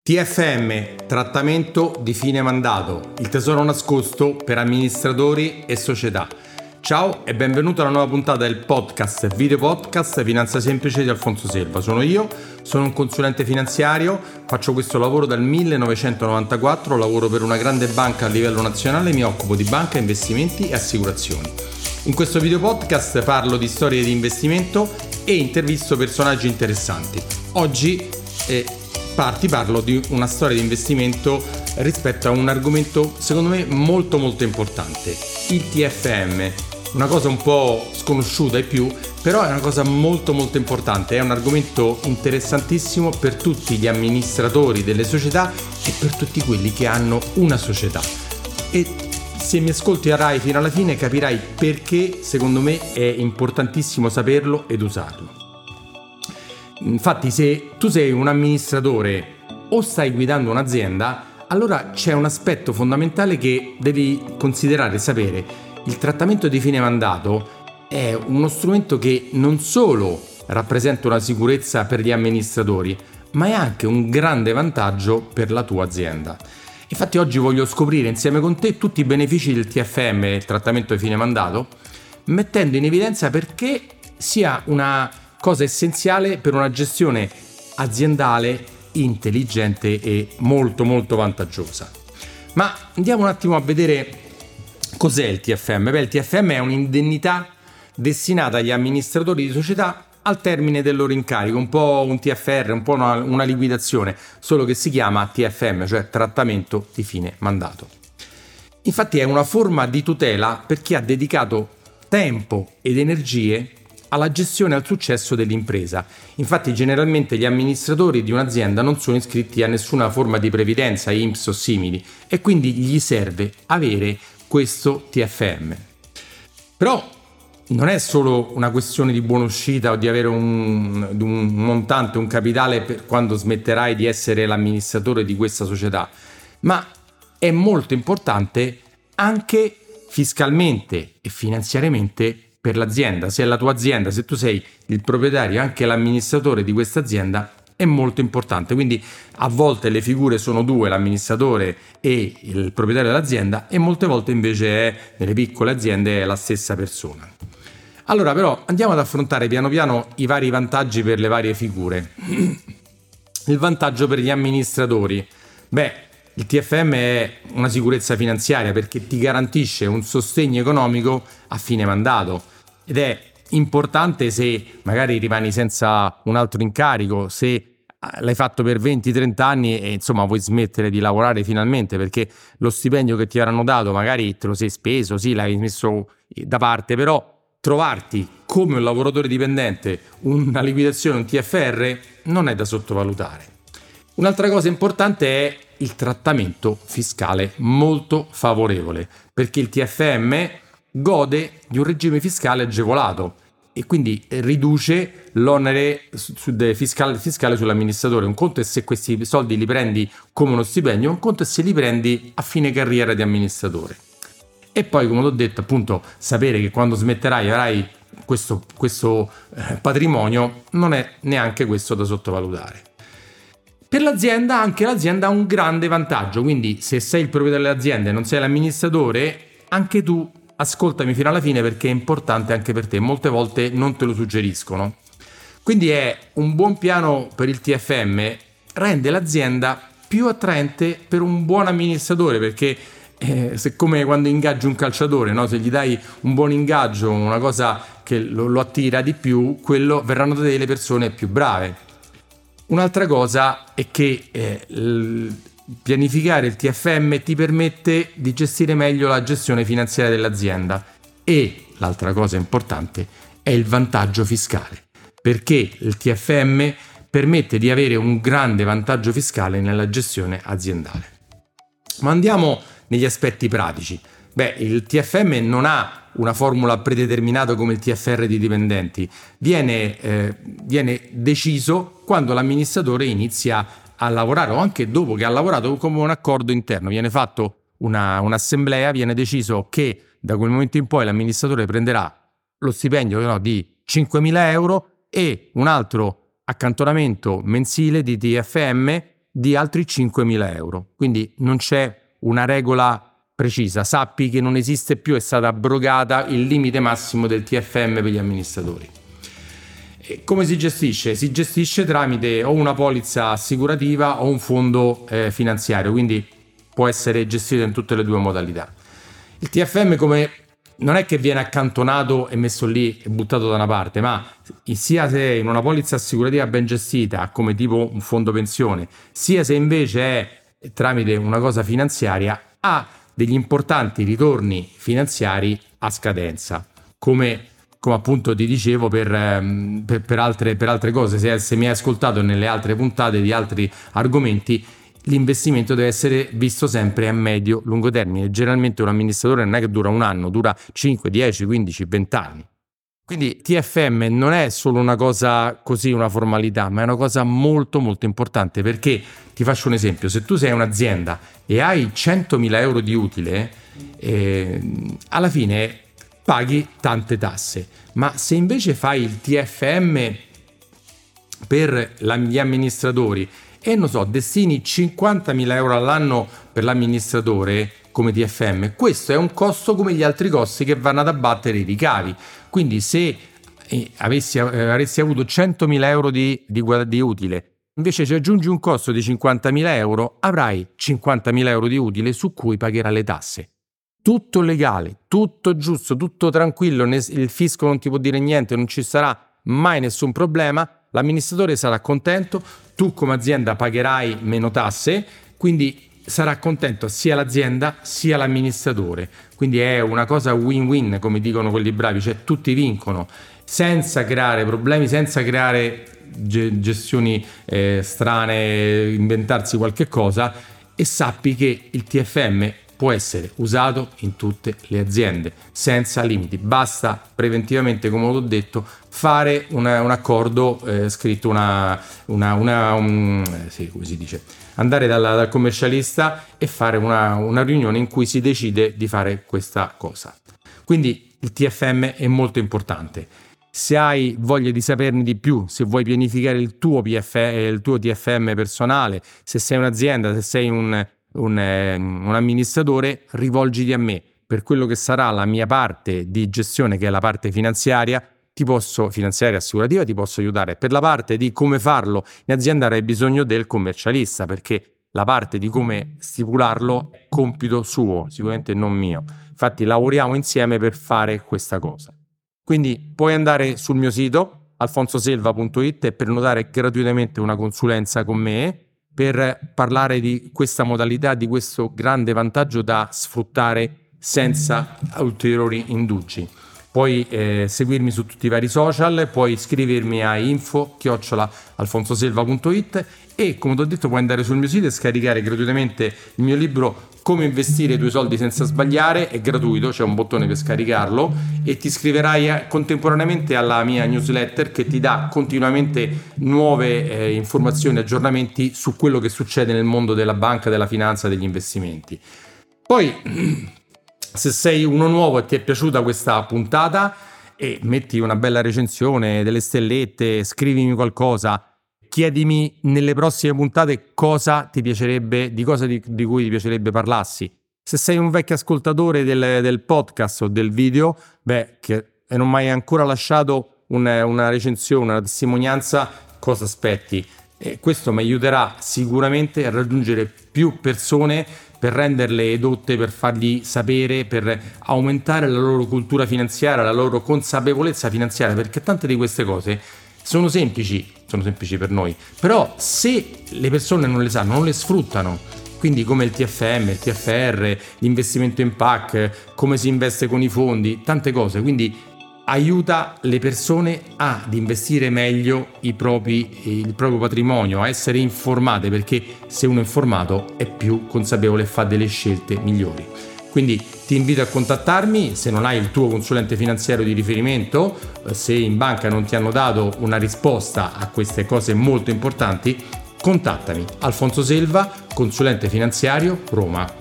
TFM, trattamento di fine mandato, il tesoro nascosto per amministratori e società. Ciao e benvenuto alla nuova puntata del podcast, video podcast Finanza Semplice di Alfonso Selva. Sono un consulente finanziario, faccio questo lavoro dal 1994, lavoro per una grande banca a livello nazionale, mi occupo di banca, investimenti e assicurazioni. In questo video podcast parlo di storie di investimento e intervisto personaggi interessanti. Oggi ti parlo di una storia di investimento rispetto a un argomento secondo me molto importante, il TFM, una cosa un po' sconosciuta ai più, però è una cosa molto importante, è un argomento interessantissimo per tutti gli amministratori delle società e per tutti quelli che hanno una società. E se mi ascolterai fino alla fine capirai perché secondo me è importantissimo saperlo ed usarlo. Infatti, se tu sei un amministratore o stai guidando un'azienda, allora c'è un aspetto fondamentale che devi considerare e sapere. Il trattamento di fine mandato è uno strumento che non solo rappresenta una sicurezza per gli amministratori, ma è anche un grande vantaggio per la tua azienda. Infatti oggi voglio scoprire insieme con te tutti i benefici del TFM, il trattamento di fine mandato, mettendo in evidenza perché sia una cosa essenziale per una gestione aziendale intelligente e molto vantaggiosa. Ma andiamo un attimo a vedere cos'è il TFM. Il TFM è un'indennità destinata agli amministratori di società al termine del loro incarico, un po' un TFR, un po' una liquidazione, solo che si chiama TFM, cioè trattamento di fine mandato. Infatti è una forma di tutela per chi ha dedicato tempo ed energie alla gestione e al successo dell'impresa. Infatti generalmente gli amministratori di un'azienda non sono iscritti a nessuna forma di previdenza, INPS o simili, e quindi gli serve avere questo TFM. Però non è solo una questione di buona uscita o di avere un montante, un capitale per quando smetterai di essere l'amministratore di questa società, ma è molto importante anche fiscalmente e finanziariamente per l'azienda. Se è la tua azienda, se tu sei il proprietario, anche l'amministratore di questa azienda è molto importante. Quindi a volte le figure sono due, l'amministratore e il proprietario dell'azienda, e molte volte invece nelle piccole aziende è la stessa persona. Allora però andiamo ad affrontare piano piano i vari vantaggi per le varie figure. Il vantaggio per gli amministratori. Il TFM è una sicurezza finanziaria perché ti garantisce un sostegno economico a fine mandato ed è importante se magari rimani senza un altro incarico, se l'hai fatto per 20-30 anni e insomma vuoi smettere di lavorare finalmente perché lo stipendio che ti avranno dato magari te lo sei speso, sì, l'hai messo da parte, però trovarti come un lavoratore dipendente una liquidazione, un TFR non è da sottovalutare. Un'altra cosa importante è il trattamento fiscale molto favorevole, perché il TFM gode di un regime fiscale agevolato e quindi riduce l'onere fiscale sull'amministratore. Un conto è se questi soldi li prendi come uno stipendio, un conto è se li prendi a fine carriera di amministratore. E poi, come ho detto, appunto, sapere che quando smetterai avrai questo patrimonio non è neanche questo da sottovalutare. Per l'azienda, anche l'azienda ha un grande vantaggio, quindi se sei il proprietario dell'azienda e non sei l'amministratore, anche tu ascoltami fino alla fine perché è importante anche per te, molte volte non te lo suggeriscono. Quindi è un buon piano per il TFM, rende l'azienda più attraente per un buon amministratore, perché se come quando ingaggi un calciatore, no? Se gli dai un buon ingaggio, una cosa che lo attira di più, quello verranno da te le persone più brave. Un'altra cosa è che pianificare il TFM ti permette di gestire meglio la gestione finanziaria dell'azienda, e l'altra cosa importante è il vantaggio fiscale, perché il TFM permette di avere un grande vantaggio fiscale nella gestione aziendale. Ma andiamo negli aspetti pratici. Il TFM non ha una formula predeterminata come il TFR di dipendenti, viene deciso quando l'amministratore inizia a lavorare o anche dopo che ha lavorato, come un accordo interno. Viene fatto un'assemblea, viene deciso che da quel momento in poi l'amministratore prenderà lo stipendio di 5.000 euro e un altro accantonamento mensile di TFM di altri 5.000 euro. Quindi non c'è una regola precisa, sappi che non esiste più, è stata abrogata il limite massimo del TFM per gli amministratori. E come si gestisce? Si gestisce tramite o una polizza assicurativa o un fondo finanziario, quindi può essere gestito in tutte le due modalità. Il TFM non è che viene accantonato e messo lì e buttato da una parte, ma sia se in una polizza assicurativa ben gestita, come tipo un fondo pensione, sia se invece è tramite una cosa finanziaria, ha degli importanti ritorni finanziari a scadenza, come appunto ti dicevo per altre cose. Se mi hai ascoltato nelle altre puntate di altri argomenti, l'investimento deve essere visto sempre a medio-lungo termine. Generalmente un amministratore non è che dura un anno, dura 5, 10, 15, 20 anni. Quindi TFM non è solo una cosa così, una formalità, ma è una cosa molto molto importante, perché ti faccio un esempio: se tu sei un'azienda e hai 100.000 euro di utile, alla fine paghi tante tasse, ma se invece fai il TFM per gli amministratori e destini 50.000 euro all'anno per l'amministratore come TFM, questo è un costo come gli altri costi che vanno ad abbattere i ricavi. Quindi se avresti avuto 100.000 euro di utile, invece ci aggiungi un costo di 50.000 euro, avrai 50.000 euro di utile su cui pagherai le tasse. Tutto legale, tutto giusto, tutto tranquillo, il fisco non ti può dire niente, non ci sarà mai nessun problema, l'amministratore sarà contento, tu come azienda pagherai meno tasse, quindi sarà contento sia l'azienda sia l'amministratore. Quindi è una cosa win-win, come dicono quelli bravi, cioè tutti vincono, senza creare problemi, senza creare gestioni strane, inventarsi qualche cosa. E sappi che il TFM può essere usato in tutte le aziende senza limiti, basta preventivamente, come ho detto, fare un accordo scritto, come si dice, andare dal commercialista e fare una riunione in cui si decide di fare questa cosa. Quindi il TFM è molto importante. Se hai voglia di saperne di più, se vuoi pianificare il tuo TFM personale, se sei un'azienda, se sei un amministratore, rivolgiti a me. Per quello che sarà la mia parte di gestione, che è la parte finanziaria assicurativa, ti posso aiutare. Per la parte di come farlo in azienda avrai bisogno del commercialista, perché la parte di come stipularlo è compito suo, sicuramente non mio. Infatti lavoriamo insieme per fare questa cosa. Quindi puoi andare sul mio sito alfonsoselva.it e prenotare gratuitamente una consulenza con me per parlare di questa modalità, di questo grande vantaggio da sfruttare senza ulteriori indugi. Puoi seguirmi su tutti i vari social, puoi scrivermi a info@alfonsoselva.it e, come ti ho detto, puoi andare sul mio sito e scaricare gratuitamente il mio libro Come investire i tuoi soldi senza sbagliare. È gratuito, c'è un bottone per scaricarlo, e ti iscriverai contemporaneamente alla mia newsletter che ti dà continuamente nuove informazioni e aggiornamenti su quello che succede nel mondo della banca, della finanza, degli investimenti. Poi, se sei uno nuovo e ti è piaciuta questa puntata, metti una bella recensione, delle stellette, scrivimi qualcosa, chiedimi nelle prossime puntate cosa ti piacerebbe, di cosa di cui ti piacerebbe parlassi. Se sei un vecchio ascoltatore del podcast o del video, che non mi hai ancora lasciato una recensione, una testimonianza, cosa aspetti? Questo mi aiuterà sicuramente a raggiungere più persone, per renderle edotte, per fargli sapere, per aumentare la loro cultura finanziaria, la loro consapevolezza finanziaria, perché tante di queste cose sono semplici per noi, però se le persone non le sanno, non le sfruttano. Quindi come il TFM, il TFR, l'investimento in PAC, come si investe con i fondi, tante cose. Quindi aiuta le persone ad investire meglio il proprio patrimonio, a essere informate, perché se uno è informato è più consapevole e fa delle scelte migliori. Quindi ti invito a contattarmi se non hai il tuo consulente finanziario di riferimento, se in banca non ti hanno dato una risposta a queste cose molto importanti, contattami. Alfonso Selva, consulente finanziario, Roma.